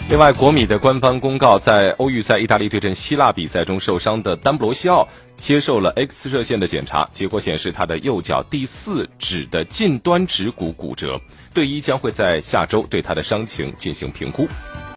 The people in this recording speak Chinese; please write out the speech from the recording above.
另外，国米的官方公告，在欧预赛意大利对阵希腊比赛中受伤的丹布罗西奥接受了 X 射线的检查，结果显示他的右脚第4指的近端指骨骨折，队医将会在下周对他的伤情进行评估。